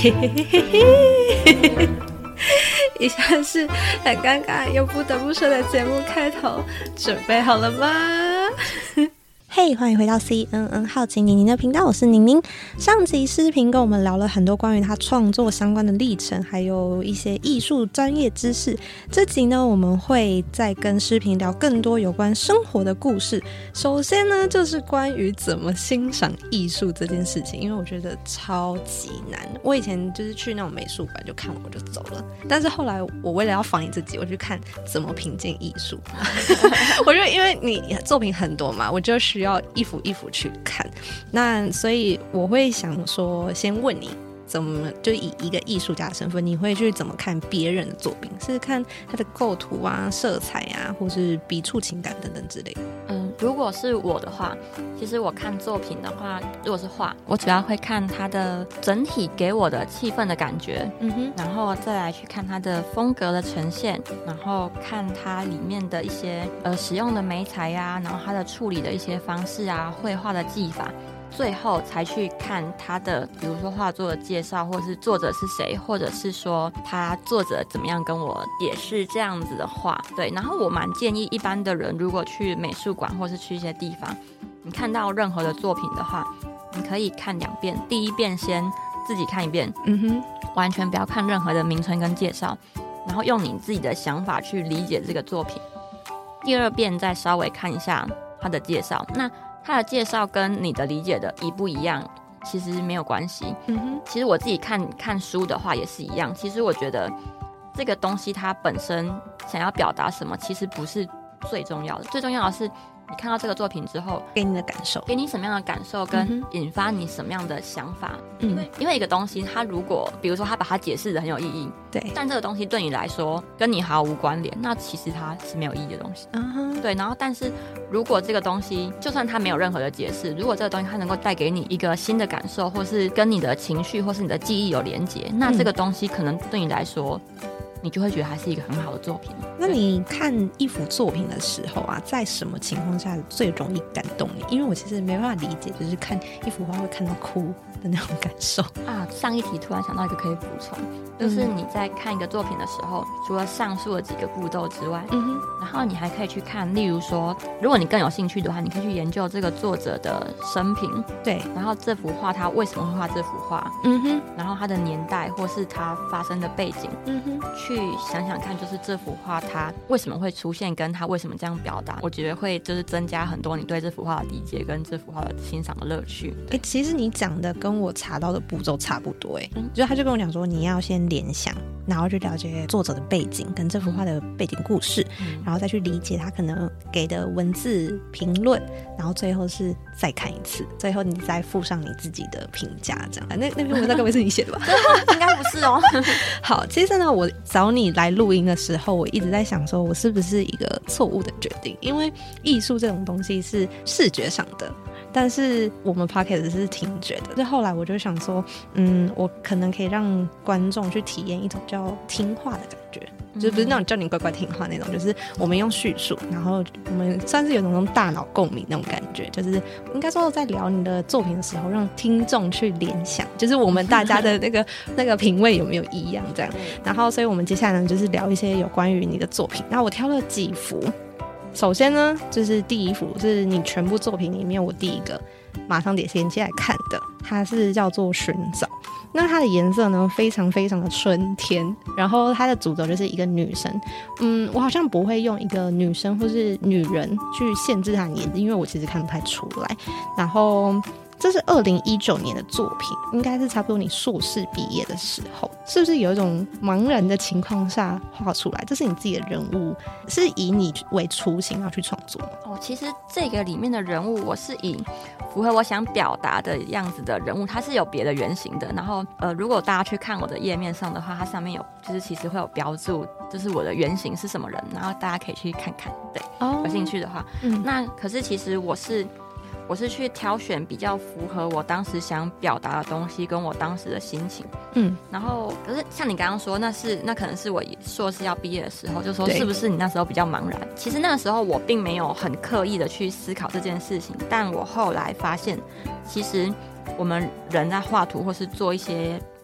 嘿嘿嘿嘿嘿，以下是很尴尬又不得不说的节目开头，准备好了吗？嘿、欢迎回到 CNN 好奇宁宁的频道，我是宁宁。上集诗萍跟我们聊了很多关于她创作相关的历程，还有一些艺术专业知识。这集呢，我们会再跟诗萍聊更多有关生活的故事。首先呢，就是关于怎么欣赏艺术这件事情，因为我觉得超级难。我以前就是去那种美术馆就看我就走了，但是后来我为了要仿你自己，我去看怎么评鉴艺术。我觉得因为你作品很多嘛，我就需要一幅一幅去看，那所以我会想说先问你怎么就以一个艺术家的身份，你会去怎么看别人的作品？是看他的构图啊、色彩啊，或是笔触情感等等之类的？ 如果是我的话，其实我看作品的话，如果是画，我主要会看它的整体给我的气氛的感觉，然后再来去看它的风格的呈现，然后看它里面的一些使用的媒材啊，然后它的处理的一些方式啊，绘画的技法。最后才去看他的比如说画作的介绍，或是作者是谁，或者是说他作者怎么样跟我解释这样子的画。对，然后我蛮建议一般的人如果去美术馆或是去一些地方，你看到任何的作品的话，你可以看2遍，第一遍先自己看一遍，完全不要看任何的名称跟介绍，然后用你自己的想法去理解这个作品。第2遍再稍微看一下他的介绍，那他的介绍跟你的理解的一不一样其实没有关系。其实我自己看书的话也是一样，其实我觉得这个东西它本身想要表达什么其实不是最重要的，最重要的是你看到这个作品之后给你的感受， 给你什么样的感受跟引发你什么样的想法。因为一个东西它如果比如说它把它解释得很有意义，对，但这个东西对你来说跟你毫无关联，那其实它是没有意义的东西。对，然后但是如果这个东西就算它没有任何的解释，如果这个东西它能够带给你一个新的感受，或是跟你的情绪或是你的记忆有连结，那这个东西可能对你来说你就会觉得它是一个很好的作品。 那你看一幅作品的时候啊，在什么情况下最容易感动你？因为我其实没办法理解，就是看一幅画会看到哭的那种感受啊。上一题突然想到一个可以补充，就是你在看一个作品的时候，除了上述的几个步骤之外，然后你还可以去看，例如说如果你更有兴趣的话，你可以去研究这个作者的生平，对，然后这幅画他为什么会画这幅画，然后他的年代或是他发生的背景，去想想看，就是这幅画它为什么会出现，跟它为什么这样表达，我觉得会就是增加很多你对这幅画的理解跟这幅画的欣赏的乐趣。 其实你讲的跟我查到的步骤差不多。就他就跟我讲说，你要先联想，然后去了解作者的背景跟这幅画的背景故事，然后再去理解他可能给的文字评论，然后最后是再看一次，最后你再附上你自己的评价，这样。那篇文章该不会是你写的吧？ 应该不是哦。 好，其实呢，我找你来录音的时候，我一直在想说我是不是一个错误的决定，因为艺术这种东西是视觉上的，但是我们 podcast 是听觉的。就后来我就想说我可能可以让观众去体验一种叫听话的感觉，就是不是那种叫你乖乖听话那种，就是我们用叙述，然后我们算是有种大脑共鸣那种感觉，就是应该说在聊你的作品的时候，让听众去联想，就是我们大家的那个品味有没有一样这样。然后所以我们接下来呢，就是聊一些有关于你的作品。然后我挑了几幅，首先呢，就是第一幅是你全部作品里面我第一个马上连接来看的，它是叫做寻找。那它的颜色呢非常非常的春天，然后它的主轴就是一个女生。我好像不会用一个女生或是女人去限制她的年纪，因为我其实看不太出来。然后这是2019年的作品，应该是差不多你硕士毕业的时候，是不是有一种茫然的情况下画出来？这是你自己的人物，是以你为雏形要去创作吗？ 其实这个里面的人物我是以符合我想表达的样子的人物，它是有别的原型的。然后如果大家去看我的页面上的话，它上面有就是其实会有标注，就是我的原型是什么人，然后大家可以去看看，对，有兴趣的话。那可是其实我是去挑选比较符合我当时想表达的东西跟我当时的心情。然后可是像你刚刚说那可能是我硕士要毕业的时候，就说是不是你那时候比较茫然。其实那个时候我并没有很刻意的去思考这件事情，但我后来发现其实我们人在画图或是做一些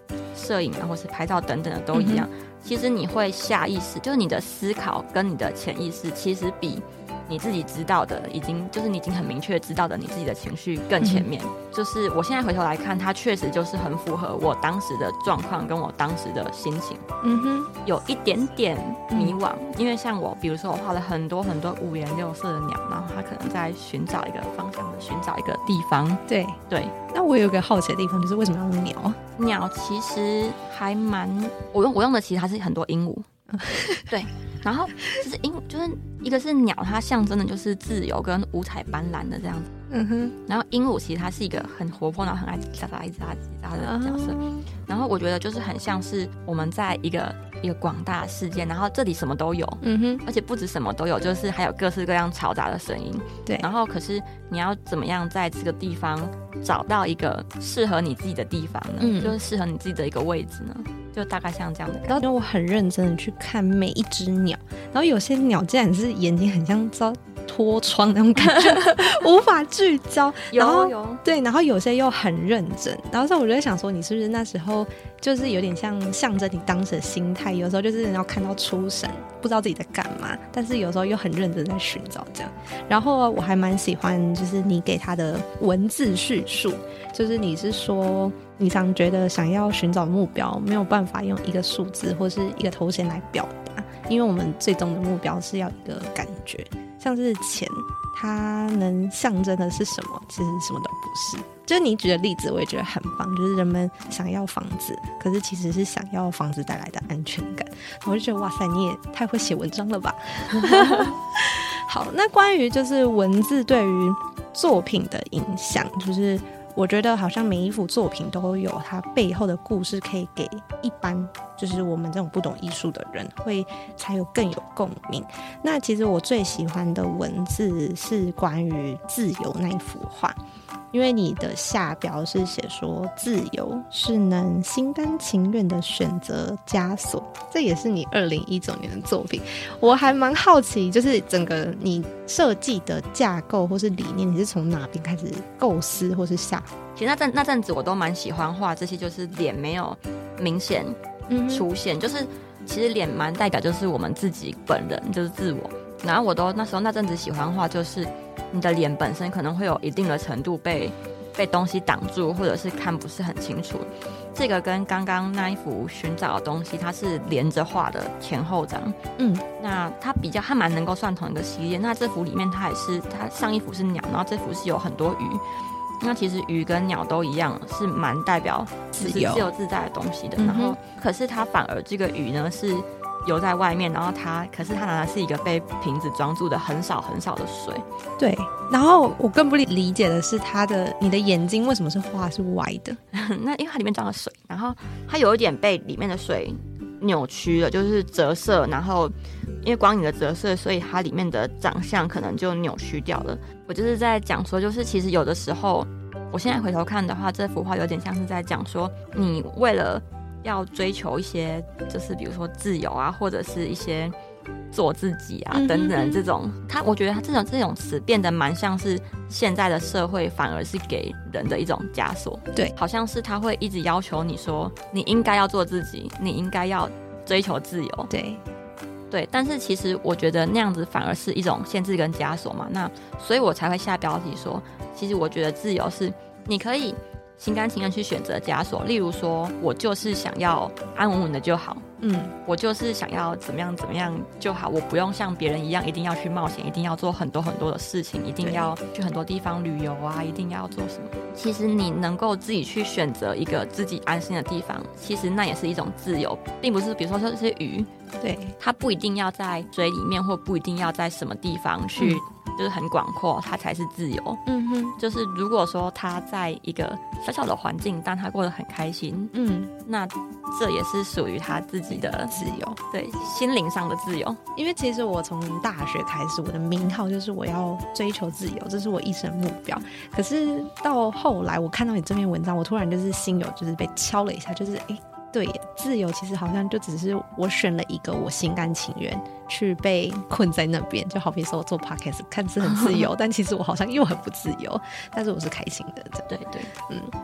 摄影啊或是拍照等等的都一样，其实你会下意识，就是你的思考跟你的潜意识其实比你自己知道的就是你已经很明确知道的你自己的情绪更前面，就是我现在回头来看，它确实就是很符合我当时的状况跟我当时的心情，有一点点迷惘，因为像我比如说我画了很多很多五颜六色的鸟，然后它可能在寻找一个方向的寻找一个地方。对， 那我有一个好奇的地方，就是为什么要用鸟啊？ 鸟其实还蛮我用的其实它是很多鹦鹉对，然后就是就是一个是鸟，它象征的就是自由跟五彩斑斓的这样子，然后鹦鹉其实它是一个很活泼，然后很爱叽喳喳叽喳叽喳的角色，然后我觉得就是很像是我们在一个广大的世界，然后这里什么都有，而且不止什么都有，就是还有各式各样嘈杂的声音，对，然后可是你要怎么样在这个地方找到一个适合你自己的地方呢？就是适合你自己的一个位置呢？就大概像这样的感觉。 然后我很认真的去看每一只鸟，然后有些鸟竟然是眼睛很像脱窗那种感觉无法聚焦， 有对，然后有些又很认真，然后所以我就在想说，你是不是那时候就是有点像象征你当时的心态，有时候就是要看到出神，不知道自己在干嘛，但是有时候又很认真在寻找这样。然后我还蛮喜欢就是你给他的文字叙述，就是你是说你常觉得想要寻找目标没有办法用一个数字或是一个头衔来表达，因为我们最终的目标是要一个感觉，像是钱它能象征的是什么，其实什么都不是。就是你举的例子我也觉得很棒，就是人们想要房子，可是其实是想要房子带来的安全感。我就觉得哇塞，你也太会写文章了吧好，那关于就是文字对于作品的影响，就是我觉得好像每一幅作品都有它背后的故事，可以给一般就是我们这种不懂艺术的人才有更有共鸣。那其实我最喜欢的文字是关于自由那一幅画，因为你的下标是写说自由是能心甘情愿的选择枷锁，这也是你2019年的作品。我还蛮好奇，就是整个你设计的架构或是理念，你是从哪边开始构思或是下？ 其实那阵子我都蛮喜欢画这些，就是脸没有明显出现，就是其实脸蛮代表就是我们自己本人，就是自我。然后我都那阵子喜欢画，就是你的脸本身可能会有一定的程度被东西挡住，或者是看不是很清楚。这个跟刚刚那一幅寻找的东西，它是连着画的前后张，那它蛮能够算同一个系列。那这幅里面它上一幅是鸟，然后这幅是有很多鱼。那其实鱼跟鸟都一样，是蛮代表就是自由自在的东西的。然后可是它反而这个鱼呢是游在外面，然后可是它拿的是一个被瓶子装住的很少很少的水。 对，然后我更不理解的是你的眼睛为什么是画是歪的那因为它里面装了水，然后它有一点被里面的水扭曲了，就是折射，然后因为光影的折射，所以它里面的长相可能就扭曲掉了。我就是在讲说，就是其实有的时候我现在回头看的话，这幅画有点像是在讲说，你为了要追求一些就是比如说自由啊，或者是一些做自己啊等等这种，我觉得它这种词变得蛮像是现在的社会反而是给人的一种枷锁。 对， 好像是他会一直要求你说你应该要做自己，你应该要追求自由。对，但是其实我觉得那样子反而是一种限制跟枷锁嘛。那所以我才会下标题说，其实我觉得自由是你可以心甘情愿去选择枷锁，例如说我就是想要安稳稳的就好，我就是想要怎么样怎么样就好，我不用像别人一样一定要去冒险，一定要做很多很多的事情，一定要去很多地方旅游啊，一定要做什么。其实你能够自己去选择一个自己安心的地方，其实那也是一种自由，并不是比如说这些鱼，对，它不一定要在水里面，或不一定要在什么地方去，就是很广阔，它才是自由。就是如果说他在一个小小的环境，但他过得很开心，那这也是属于他自己的自由，对，心灵上的自由。 因为其实我从大学开始，我的名号就是我要追求自由，这是我一生目标。可是到后来我看到你这篇文章，我突然就是心有就是被敲了一下，就是对耶，自由其实好像就只是我选了一个我心甘情愿去被困在那边，就好比说我做 podcast 看似很自由但其实我好像又很不自由，但是我是开心的。 对，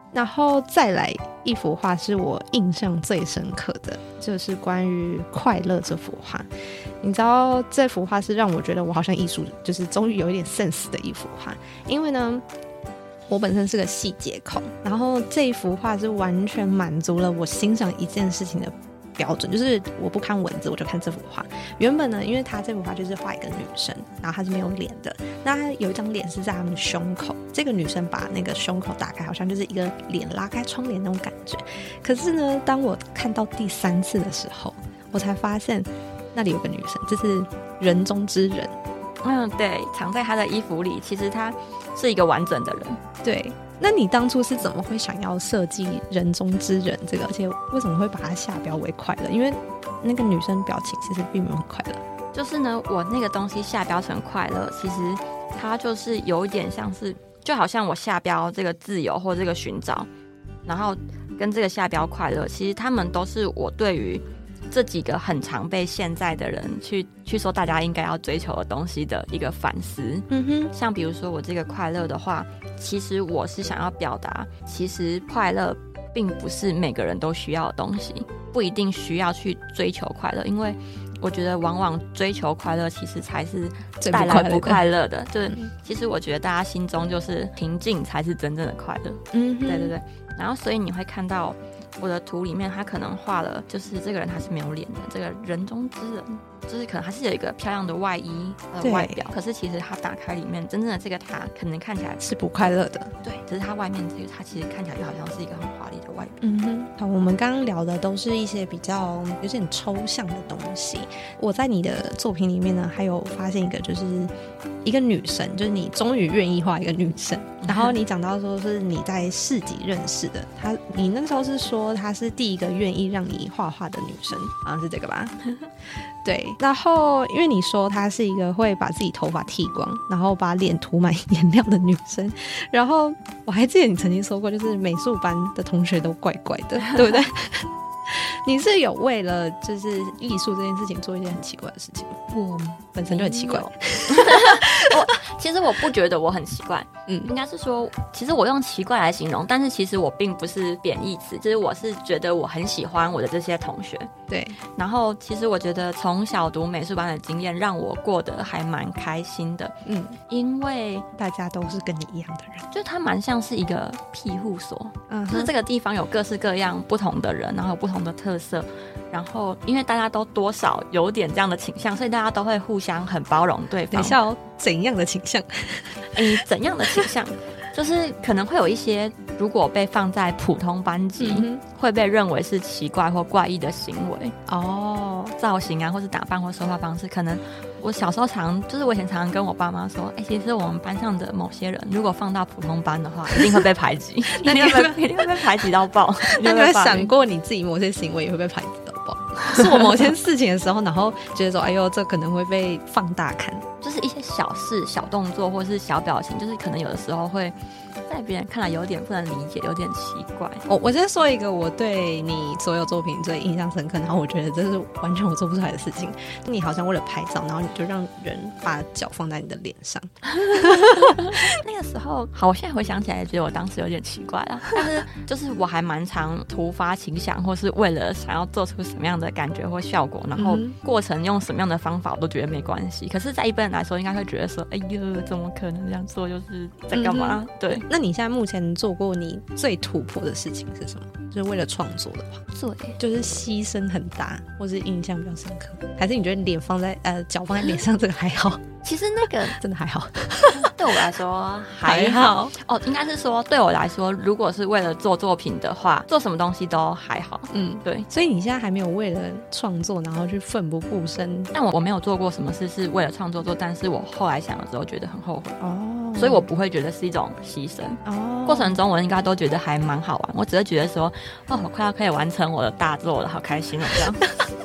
然后再来一幅画是我印象最深刻的，就是关于快乐这幅画。你知道这幅画是让我觉得我好像艺术就是终于有一点 sense 的一幅画，因为呢我本身是个细节控，然后这一幅画是完全满足了我欣赏一件事情的标准，就是我不看文字我就看这幅画。原本呢，因为他这幅画就是画一个女生，然后她是没有脸的，那她有一张脸是在她们胸口，这个女生把那个胸口打开，好像就是一个脸拉开窗帘那种感觉。可是呢，当我看到第3次的时候，我才发现那里有个女生，这是人中之人。 对，藏在她的衣服里，其实她是一个完整的人。 对，那你当初是怎么会想要设计人中之人这个，而且为什么会把它下标为快乐？因为那个女生表情其实并没有很快乐。 就是呢，我那个东西下标成快乐，其实它就是有一点像是，就好像我下标这个自由或这个寻找，然后跟这个下标快乐，其实他们都是我对于这几个很常被现在的人去说大家应该要追求的东西的一个反思。像比如说我这个快乐的话，其实我是想要表达，其实快乐并不是每个人都需要的东西，不一定需要去追求快乐，因为我觉得往往追求快乐其实才是带来不快乐的。就是其实我觉得大家心中就是平静才是真正的快乐。对对对。然后所以你会看到我的图里面，他可能画了，就是这个人他是没有脸的，这个人中之人，就是可能还是有一个漂亮的外衣外表，可是其实他打开里面真正的这个他，可能看起来是不快乐的。 对，只是他外面这个他其实看起来就好像是一个很华丽的外表。 好，我们刚刚聊的都是一些比较有点抽象的东西。我在你的作品里面呢，还有发现一个，就是一个女生，就是你终于愿意画一个女生。然后你讲到说是你在市集认识的她，你那时候是说她是第一个愿意让你画画的女生，好像是这个吧？对。然后因为你说她是一个会把自己头发剃光，然后把脸涂满颜料的女生，然后我还记得你曾经说过，就是美术班的同学都怪怪的，对不对？你是有为了就是艺术这件事情做一件很奇怪的事情吗？我本身就很奇怪。 其实我不觉得我很奇怪，应该是说，其实我用奇怪来形容，但是其实我并不是贬义词，就是我是觉得我很喜欢我的这些同学。 对， 然后其实我觉得从小读美术班的经验让我过得还蛮开心的，因为大家都是跟你一样的人， 就它蛮像是一个庇护所，就是这个地方有各式各样不同的人，然后有不同的特色，然后因为大家都多少有点这样的倾向，所以大家都会互相很包容对方。 等一下哦，怎样的倾向？ 怎样的倾向？就是可能会有一些如果被放在普通班级，会被认为是奇怪或怪异的行为造型啊，或是打扮或说话方式。可能我小时候我以前常跟我爸妈说，其实我们班上的某些人如果放到普通班的话，一定会被排挤，一定会被排挤到爆。 那你有想过你自己某些行为也会被排挤到爆？是我某些事情的时候，然后觉得说，哎呦，这可能会被放大看， 就是一些小事、小动作或是小表情，就是可能有的时候会在别人看来有点不能理解，有点奇怪。 我先说一个我对你所有作品最印象深刻，然后我觉得这是完全我做不出来的事情。你好像为了拍照，然后你就让人把脚放在你的脸上。 那个时候，好，我现在回想起来，觉得我当时有点奇怪啦。但是就是我还蛮常突发奇想，或是为了想要做出什么样的感觉或效果，然后过程用什么样的方法，我都觉得没关系。可是，在一般人来说，应该会觉得说，哎呦，怎么可能这样做？就是在干嘛？对。 那你现在目前做过你最突破的事情是什么？就是为了创作的话， 对， 就是牺牲很大，或是印象比较深刻，还是你觉得脸放在脚放在脸上这个还好？ 其实那个真的还好， 对我来说还好哦。应该是说对我来说，如果是为了做作品的话，做什么东西都还好。对。 所以你现在还没有为了创作然后去奋不顾身？ 但我没有做过什么事是为了创作做，但是我后来想的时候觉得很后悔所以我不会觉得是一种牺牲过程中我应该都觉得还蛮好玩。我只是觉得说，我快要可以完成我的大作了，好开心这样。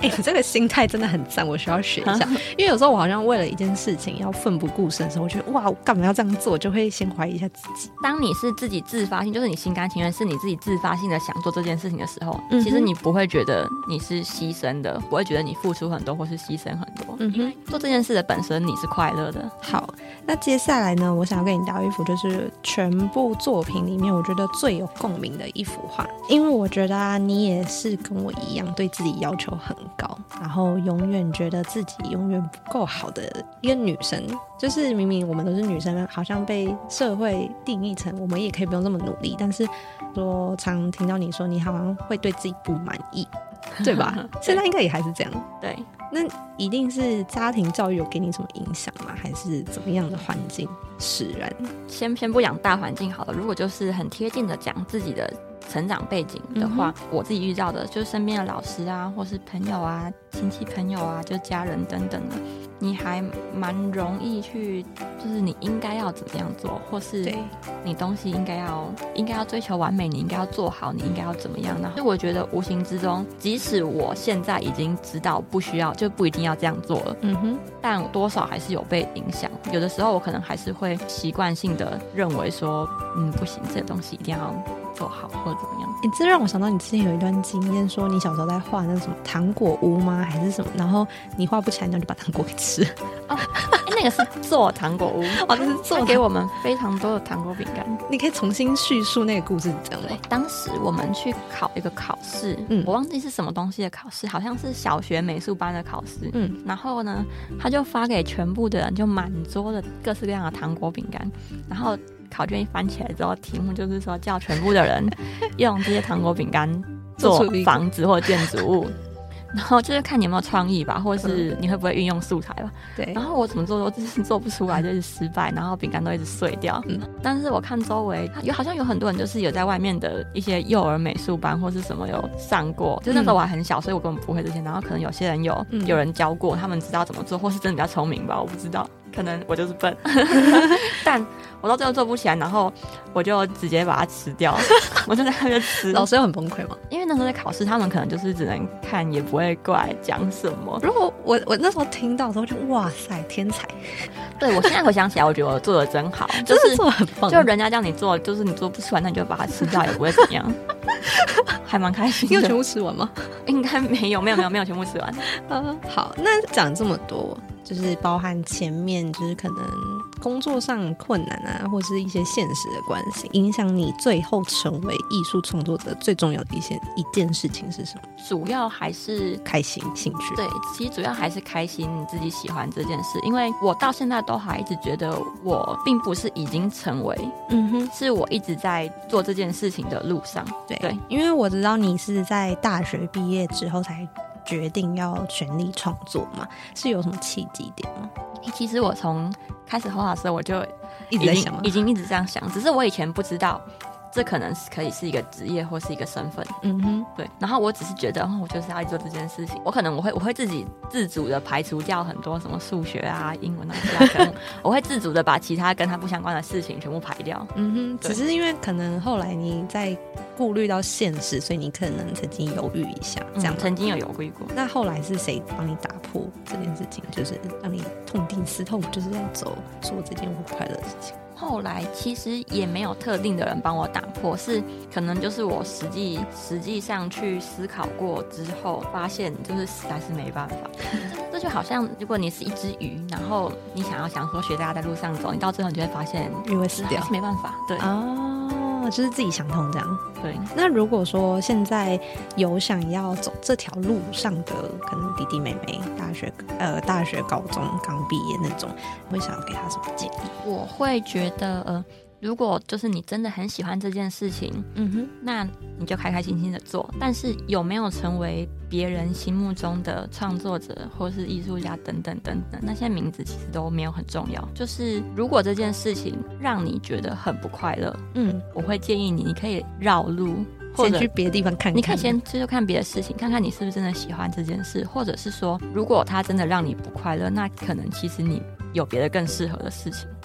你这个心态真的很赞，我需要学一下。因为有时候我好像为了一件事情要奋不顾身的时候，我觉得哇，我干嘛要这样做，就会先怀疑一下自己。 当你是自己自发性，就是你心甘情愿，是你自己自发性的想做这件事情的时候，其实你不会觉得你是牺牲的，不会觉得你付出很多或是牺牲很多。因为做这件事的本身你是快乐的。 好，那接下来呢，我想要跟你聊一幅就是全部作品里面我觉得最有共鸣的一幅画，因为我觉得啊，你也是跟我一样对自己要求很高，然后永远觉得自己永远不够好的一个女生。就是明明我们都是女生，好像被社会定义成我们也可以不用这么努力，但是说常听到你说你好像会对自己不满意，对吧？现在应该也还是这样。 对， 那一定是家庭教育有给你什么影响吗？还是怎么样的环境使然？ 先不讲大环境好了，如果就是很贴近的讲自己的成长背景的话，我自己遇到的就是身边的老师啊，或是朋友啊、亲戚朋友啊，就家人等等的，你还蛮容易去，就是你应该要怎么样做，或是你东西应该要追求完美，你应该要做好，你应该要怎么样。然后我觉得无形之中，即使我现在已经知道不需要，就不一定要这样做了，但多少还是有被影响。有的时候我可能还是会习惯性的认为说，不行，这个东西一定要做好或者怎么样。 这让我想到你之前有一段经验，说你小时候在画那什么糖果屋吗？还是什么？然后你画不起来，然后就把糖果给吃。 那个是做糖果屋， 那是做给我们非常多的糖果饼干。 你可以重新叙述那个故事，这样吗？ 当时我们去考一个考试，我忘记是什么东西的考试，好像是小学美术班的考试。然后呢，他就发给全部的人，就满桌的各式各样的糖果饼干，然后考卷一翻起来之后，题目就是说叫全部的人用这些糖果饼干做房子或建筑物，然后就是看你有没有创意吧，或是你会不会运用素材吧。对。然后我怎么做都就是做不出来，就是失败，然后饼干都一直碎掉。但是我看周围好像有很多人就是有在外面的一些幼儿美术班或是什么有上过，就那时候我还很小，所以我根本不会这些。然后可能有些人有人教过，他们知道怎么做，或是真的比较聪明吧，我不知道。可能我就是笨，但我到最后做不起来，然后我就直接把它吃掉，我就在那边吃。 老师有很崩溃吗？ 因为那时候在考试，他们可能就是只能看，也不会过来讲什么。 如果我那时候听到的时候就哇塞，天才！ 对，我现在回想起来，我觉得我做的真好， 就是做得很棒。 就人家叫你做，就是你做不出来，那你就把它吃掉，也不会怎么样，还蛮开心的。 你有全部吃完吗？ 应该没有全部吃完。 好，那讲这么多，就是包含前面就是可能工作上困难啊，或是一些现实的关系，影响你最后成为艺术创作者最重要的一件事情是什么？ 主要还是开心、兴趣。 对，其实主要还是开心，你自己喜欢这件事。因为我到现在都还一直觉得我并不是已经成为，是我一直在做这件事情的路上。对， 因为我知道你是在大学毕业之后才决定要全力创作嘛，是有什么契机点吗？ 其实我从开始画的时候我就一直在想， 已经一直这样想，只是我以前不知道这可能可以是一个职业或是一个身份。对。然后我只是觉得，我就是要做这件事情。我可能我会自己自主的排除掉很多什么数学啊、英文啊科目，我会自主的把其他跟它不相关的事情全部排掉。 只是因为可能后来你在顾虑到现实，所以你可能曾经犹豫一下，这样曾经有犹豫过。 那后来是谁帮你打破这件事情，就是让你痛定思痛，就是要做这件不快乐的事情？ 后来其实也没有特定的人帮我打破，是可能就是我实际上去思考过之后，发现就是实在是没办法。这就好像如果你是一只鱼，然后你想说学大家在路上走，你到最后你就会发现鱼会死掉， 还是没办法。对就是自己想通这样。 对。 那如果说现在有想要走这条路上的可能弟弟妹妹，大学高中刚毕业那种，会想要给他什么建议？ 我会觉得如果就是你真的很喜欢这件事情，那你就开开心心的做。但是有没有成为别人心目中的创作者或是艺术家等等等等，那些名字其实都没有很重要。就是如果这件事情让你觉得很不快乐，我会建议你可以绕路，或者先去别的地方看看。 你可以先去看别的事情，看看你是不是真的喜欢这件事，或者是说，如果它真的让你不快乐，那可能其实你有别的更适合的事情。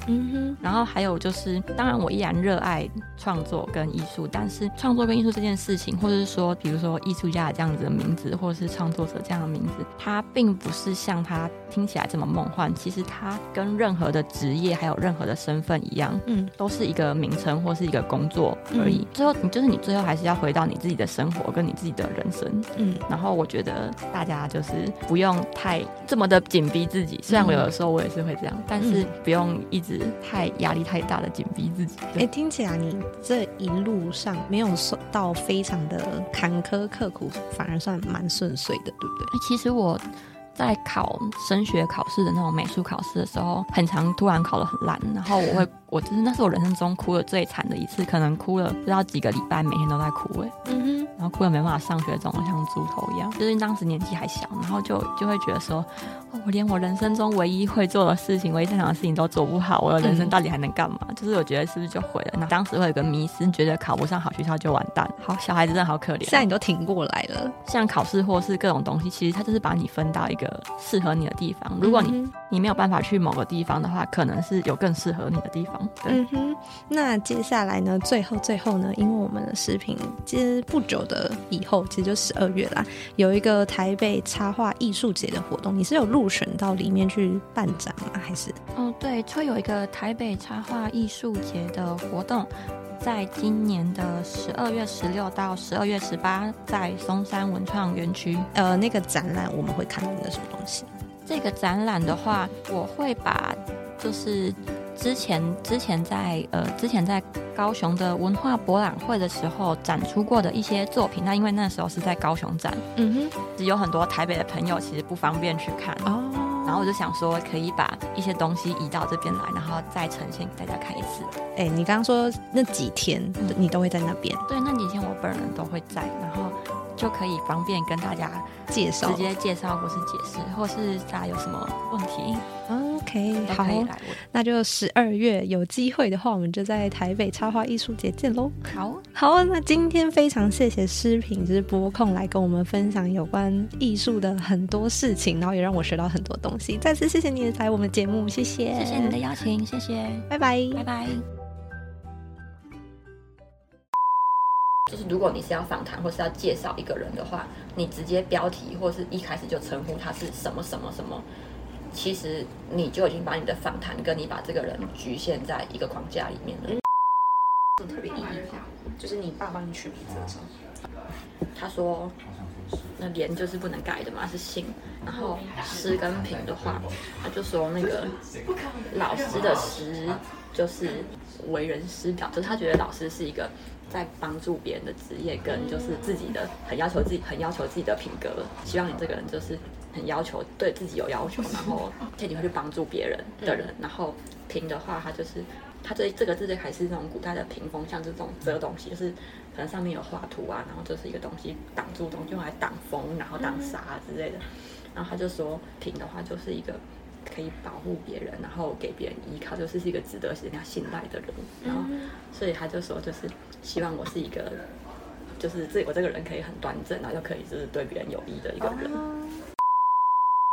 然后还有就是当然我依然热爱创作跟艺术，但是创作跟艺术这件事情，或者是说比如说艺术家的这样子的名字，或者是创作者这样的名字，它并不是像它听起来这么梦幻，其实它跟任何的职业还有任何的身份一样，都是一个名称或是一个工作而已，最后你最后还是要回到你自己的生活跟你自己的人生。然后我觉得大家就是不用太这么的紧逼自己，虽然我有的时候我也是会这样，但是不用一直太压力太大的紧逼自己。 听起来你这一路上没有受到非常的坎坷刻苦，反而算蛮顺遂的，对不对？ 其实我在考升学考试的那种美术考试的时候，很常突然考得很烂，然后我就是那是我人生中哭的最惨的一次，可能哭了不知道几个礼拜，每天都在哭然后哭了没办法上学，肿得像猪头一样。就是当时年纪还小，然后就会觉得说，我连我人生中唯一会做的事情，唯一擅长的事情都做不好，我的人生到底还能干嘛？就是我觉得是不是就毁了？那当时会有个迷思，觉得考不上好学校就完蛋。好，小孩子真的好可怜。 现在你都挺过来了。像考试或是各种东西，其实它就是把你分到一个适合你的地方。如果你没有办法去某个地方的话，可能是有更适合你的地方。对。 那接下来呢？最后呢？因为我们的视频其实不久的以后，其实就12月啦，有一个台北插画艺术节的活动，你是有入选到里面去办展吗？还是？ 对，会有一个台北插画艺术节的活动，在今年的12月16到12月18，在松山文创园区。 那个展览我们会看到你的什么东西？ 这个展览的话，我会把就是之前在高雄的文化博览会的时候展出过的一些作品，那因为那时候是在高雄展，有很多台北的朋友其实不方便去看然后我就想说可以把一些东西移到这边来，然后再呈现给大家看一次。 你刚刚说那几天你都会在那边？ 对，那几天我本人都会在，然后就可以方便跟大家介绍， 直接介绍或是解释，或是大家有什么问题 OK， 好，那就12月有机会的话，我们就在台北插画艺术节见咯。好，那今天非常谢谢诗萍就是拨空来跟我们分享有关艺术的很多事情，然后也让我学到很多东西。再次谢谢你来我们节目，谢谢你的邀请，谢谢， 拜拜。 就是如果你是要访谈或是要介绍一个人的话，你直接标题或是一开始就称呼他是什么什么什么，其实你就已经把你的访谈跟你把这个人局限在一个框架里面了。 特别意义就是你爸帮你取名字的时候， 他说那连就是不能改的嘛，是姓。然后诗跟品的话，他就说那个老师的诗就是为人师表，就是他觉得老师是一个在帮助别人的职业，跟就是自己的很要求自己的品格，希望你这个人就是很要求对自己有要求，然后且你会去帮助别人的人。然后评的话，它这个字最开始是那种古代的屏风，像这种遮东西，就是可能上面有画图啊，然后就是一个东西挡住东西，用来挡风，然后挡沙之类的。然后他就说评的话就是一个可以保护别人，然后给别人依靠，就是一个值得人家信赖的人。然后所以他就说就是希望我是一个就是我这个人可以很端正，然后又可以就是对别人有益的一个人。